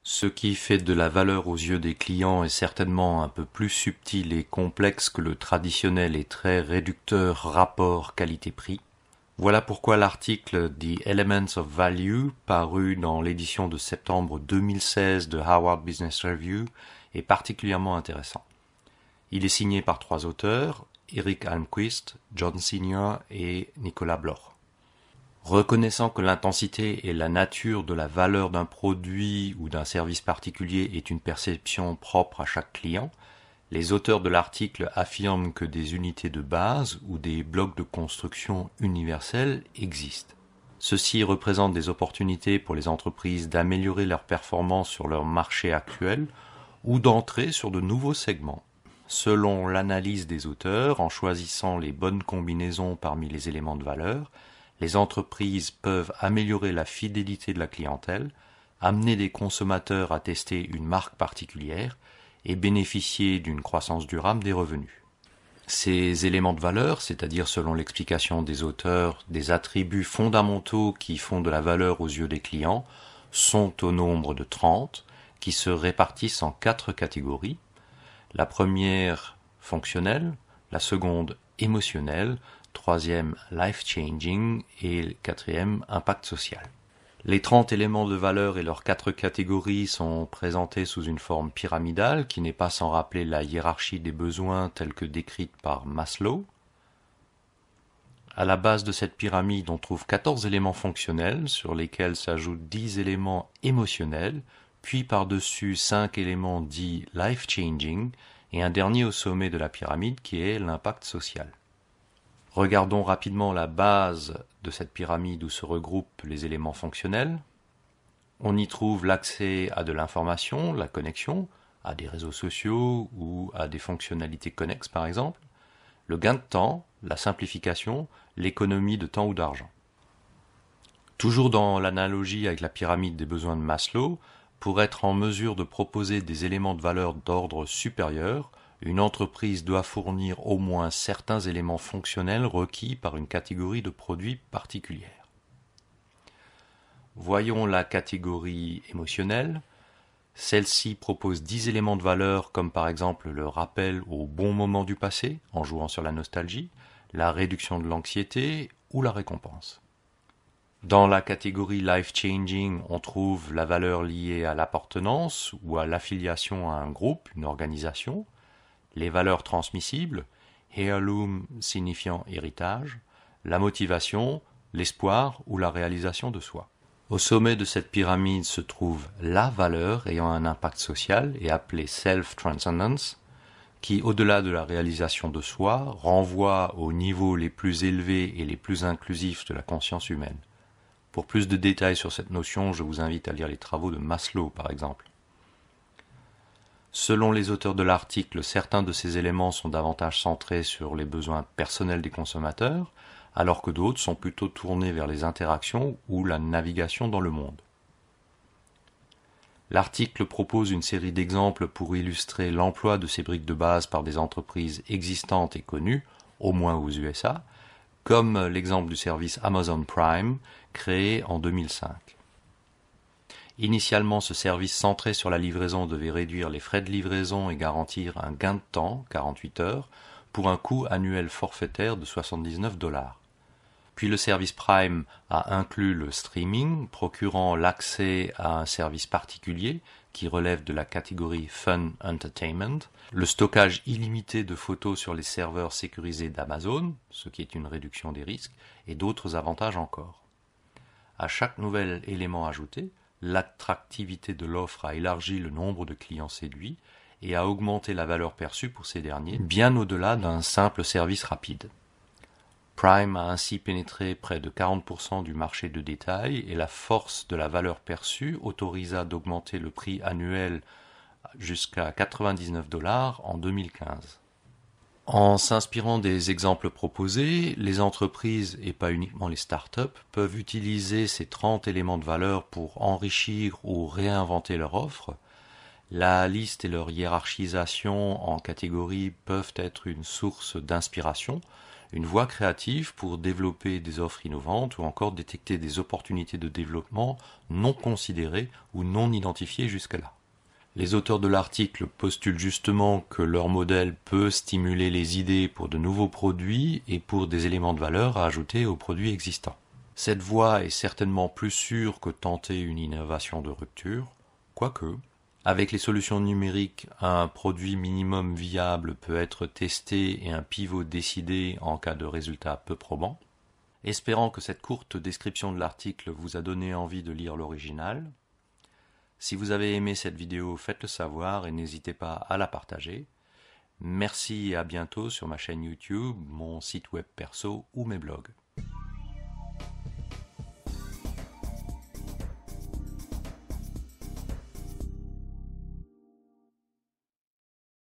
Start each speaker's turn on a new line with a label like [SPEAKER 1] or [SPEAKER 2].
[SPEAKER 1] Ce qui fait de la valeur aux yeux des clients est certainement un peu plus subtil et complexe que le traditionnel et très réducteur rapport qualité-prix. Voilà pourquoi l'article The Elements of Value, paru dans l'édition de septembre 2016 de Harvard Business Review, est particulièrement intéressant. Il est signé par 3 auteurs, Eric Almquist, John Senior et Nicolas Bloch. Reconnaissant que l'intensité et la nature de la valeur d'un produit ou d'un service particulier est une perception propre à chaque client, les auteurs de l'article affirment que des unités de base ou des blocs de construction universels existent. Ceux-ci représentent des opportunités pour les entreprises d'améliorer leurs performances sur leur marché actuel ou d'entrer sur de nouveaux segments. Selon l'analyse des auteurs, en choisissant les bonnes combinaisons parmi les éléments de valeur, les entreprises peuvent améliorer la fidélité de la clientèle, amener des consommateurs à tester une marque particulière et bénéficier d'une croissance durable des revenus. Ces éléments de valeur, c'est-à-dire selon l'explication des auteurs, des attributs fondamentaux qui font de la valeur aux yeux des clients, sont au nombre de 30, qui se répartissent en 4 catégories. La première, fonctionnelle, la seconde, émotionnelle, troisième, life-changing et quatrième, impact social. Les 30 éléments de valeur et leurs 4 catégories sont présentés sous une forme pyramidale qui n'est pas sans rappeler la hiérarchie des besoins telle que décrite par Maslow. À la base de cette pyramide, on trouve 14 éléments fonctionnels sur lesquels s'ajoutent 10 éléments émotionnels, puis par-dessus 5 éléments dits life-changing et un dernier au sommet de la pyramide qui est l'impact social. Regardons rapidement la base de cette pyramide où se regroupent les éléments fonctionnels. On y trouve l'accès à de l'information, la connexion, à des réseaux sociaux ou à des fonctionnalités connexes par exemple, le gain de temps, la simplification, l'économie de temps ou d'argent. Toujours dans l'analogie avec la pyramide des besoins de Maslow, pour être en mesure de proposer des éléments de valeur d'ordre supérieur, une entreprise doit fournir au moins certains éléments fonctionnels requis par une catégorie de produits particulière. Voyons la catégorie émotionnelle. Celle-ci propose 10 éléments de valeur comme par exemple le rappel au bon moment du passé en jouant sur la nostalgie, la réduction de l'anxiété ou la récompense. Dans la catégorie life-changing, on trouve la valeur liée à l'appartenance ou à l'affiliation à un groupe, une organisation, les valeurs transmissibles, heirloom signifiant héritage, la motivation, l'espoir ou la réalisation de soi. Au sommet de cette pyramide se trouve la valeur ayant un impact social et appelée self-transcendence, qui, au-delà de la réalisation de soi, renvoie aux niveaux les plus élevés et les plus inclusifs de la conscience humaine. Pour plus de détails sur cette notion, je vous invite à lire les travaux de Maslow, par exemple. Selon les auteurs de l'article, certains de ces éléments sont davantage centrés sur les besoins personnels des consommateurs, alors que d'autres sont plutôt tournés vers les interactions ou la navigation dans le monde. L'article propose une série d'exemples pour illustrer l'emploi de ces briques de base par des entreprises existantes et connues, au moins aux USA, comme l'exemple du service Amazon Prime, créé en 2005. Initialement, ce service centré sur la livraison devait réduire les frais de livraison et garantir un gain de temps, 48 heures, pour un coût annuel forfaitaire de $79. Puis le service Prime a inclus le streaming, procurant l'accès à un service particulier qui relève de la catégorie Fun Entertainment, le stockage illimité de photos sur les serveurs sécurisés d'Amazon, ce qui est une réduction des risques, et d'autres avantages encore. À chaque nouvel élément ajouté, l'attractivité de l'offre a élargi le nombre de clients séduits et a augmenté la valeur perçue pour ces derniers, bien au-delà d'un simple service rapide. Prime a ainsi pénétré près de 40% du marché de détail et la force de la valeur perçue autorisa d'augmenter le prix annuel jusqu'à $99 en 2015. En s'inspirant des exemples proposés, les entreprises, et pas uniquement les startups, peuvent utiliser ces 30 éléments de valeur pour enrichir ou réinventer leur offre. La liste et leur hiérarchisation en catégories peuvent être une source d'inspiration. Une voie créative pour développer des offres innovantes ou encore détecter des opportunités de développement non considérées ou non identifiées jusque-là. Les auteurs de l'article postulent justement que leur modèle peut stimuler les idées pour de nouveaux produits et pour des éléments de valeur à ajouter aux produits existants. Cette voie est certainement plus sûre que tenter une innovation de rupture, quoique, avec les solutions numériques, un produit minimum viable peut être testé et un pivot décidé en cas de résultats peu probants. Espérant que cette courte description de l'article vous a donné envie de lire l'original. Si vous avez aimé cette vidéo, faites-le savoir et n'hésitez pas à la partager. Merci et à bientôt sur ma chaîne YouTube, mon site web perso ou mes blogs.